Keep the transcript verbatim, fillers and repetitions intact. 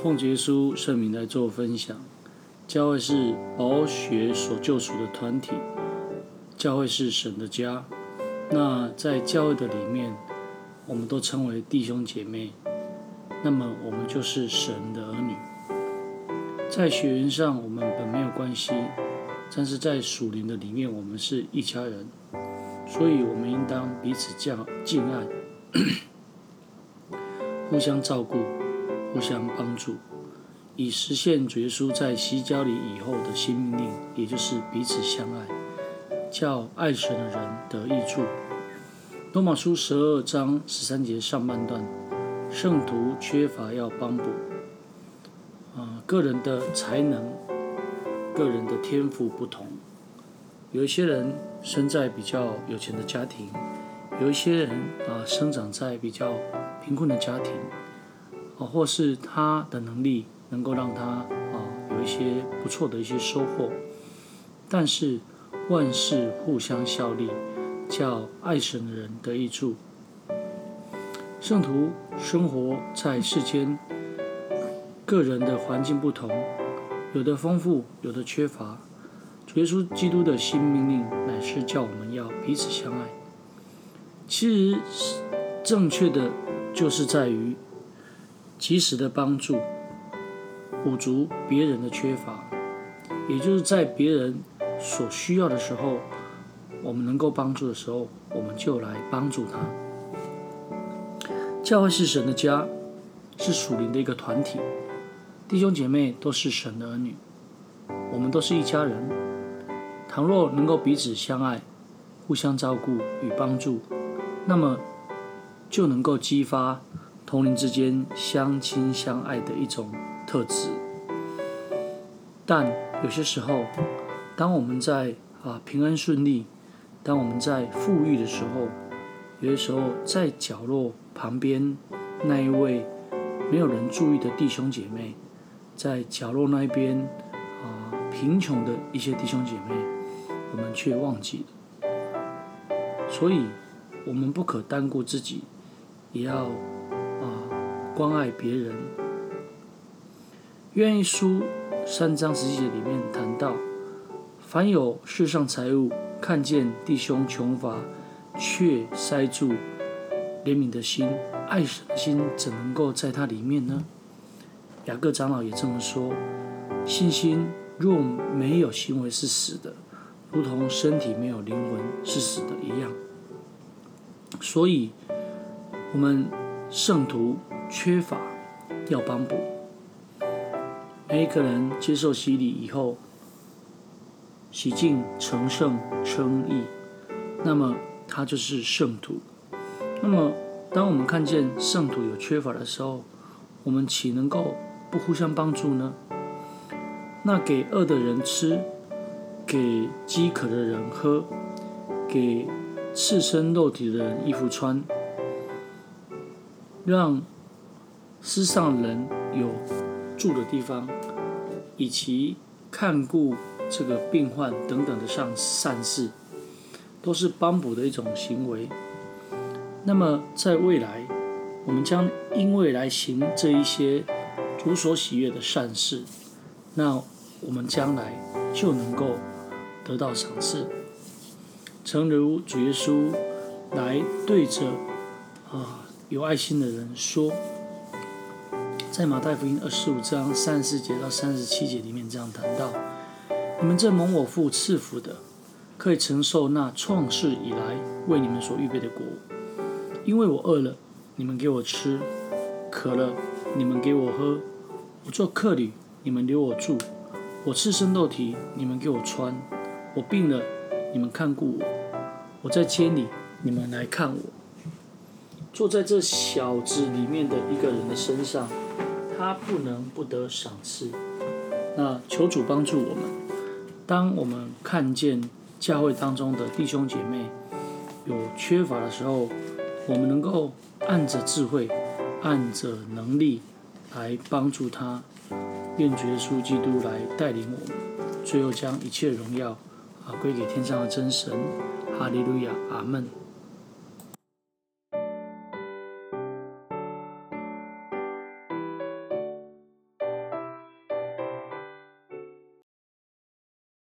奉耶稣圣名来做分享。教会是宝血所救赎的团体，教会是神的家。那在教会的里面，我们都称为弟兄姐妹，那么我们就是神的儿女。在血缘上我们本没有关系，但是在属灵的里面，我们是一家人，所以我们应当彼此敬爱，互相照顾，互相帮助，以实现主耶稣在西教里以后的新命令，也就是彼此相爱，叫爱神的人得益处。罗马书十二章十三节上半段，圣徒缺乏要帮补，呃、个人的才能、个人的天赋不同。有一些人生在比较有钱的家庭，有一些人、啊、生长在比较贫困的家庭，啊、或是他的能力能够让他、啊、有一些不错的一些收获。但是万事互相效力，叫爱神的人得益处。圣徒生活在世间，个人的环境不同，有的丰富，有的缺乏。主耶稣基督的新命令乃是叫我们要彼此相爱。其实正确的就是在于及时的帮助，补足别人的缺乏，也就是在别人所需要的时候，我们能够帮助的时候，我们就来帮助他。教会是神的家，是属灵的一个团体，弟兄姐妹都是神的儿女，我们都是一家人。倘若能够彼此相爱，互相照顾与帮助，那么就能够激发同龄之间相亲相爱的一种特质。但有些时候，当我们在、啊、平安顺利，当我们在富裕的时候，有些时候在角落旁边那一位没有人注意的弟兄姐妹，在角落那一边、啊、贫穷的一些弟兄姐妹，我们却忘记了。所以我们不可单顾自己，也要、啊、关爱别人。约翰一书三章十七节里面谈到，凡有世上财物，看见弟兄穷乏，却塞住怜悯的心，爱神的心怎能够在他里面呢？雅各长老也这么说，信心若没有行为是死的，如同身体没有灵魂是死的一样。所以我们圣徒缺乏要帮补。每一个人接受洗礼以后，洗净成圣称义，那么他就是圣徒。那么当我们看见圣徒有缺乏的时候，我们岂能够不互相帮助呢？那给饿的人吃，给饥渴的人喝，给赤身肉体的人衣服穿，让世上人有住的地方，以及看顾这个病患等等的上善事，都是帮补的一种行为。那么在未来，我们将因为来行这一些主所喜悦的善事，那我们将来就能够得到赏赐。诚如主耶稣来对着、啊、有爱心的人说，在马太福音二十五章三十四节到三十七节里面这样谈到：你们这蒙我父赐福的，可以承受那创世以来为你们所预备的国。因为我饿了，你们给我吃；渴了，你们给我喝；我做客旅，你们留我住；我赤身肉体，你们给我穿；我病了，你们看顾我；我在监里，你们来看我。坐在这小子里面的一个人的身上，他不能不得赏赐。那求主帮助我们，当我们看见教会当中的弟兄姐妹有缺乏的时候，我们能够按着智慧，按着能力来帮助他。愿主耶稣基督来带领我们，最后将一切荣耀、啊、归给天上的真神。哈利路亚，阿们。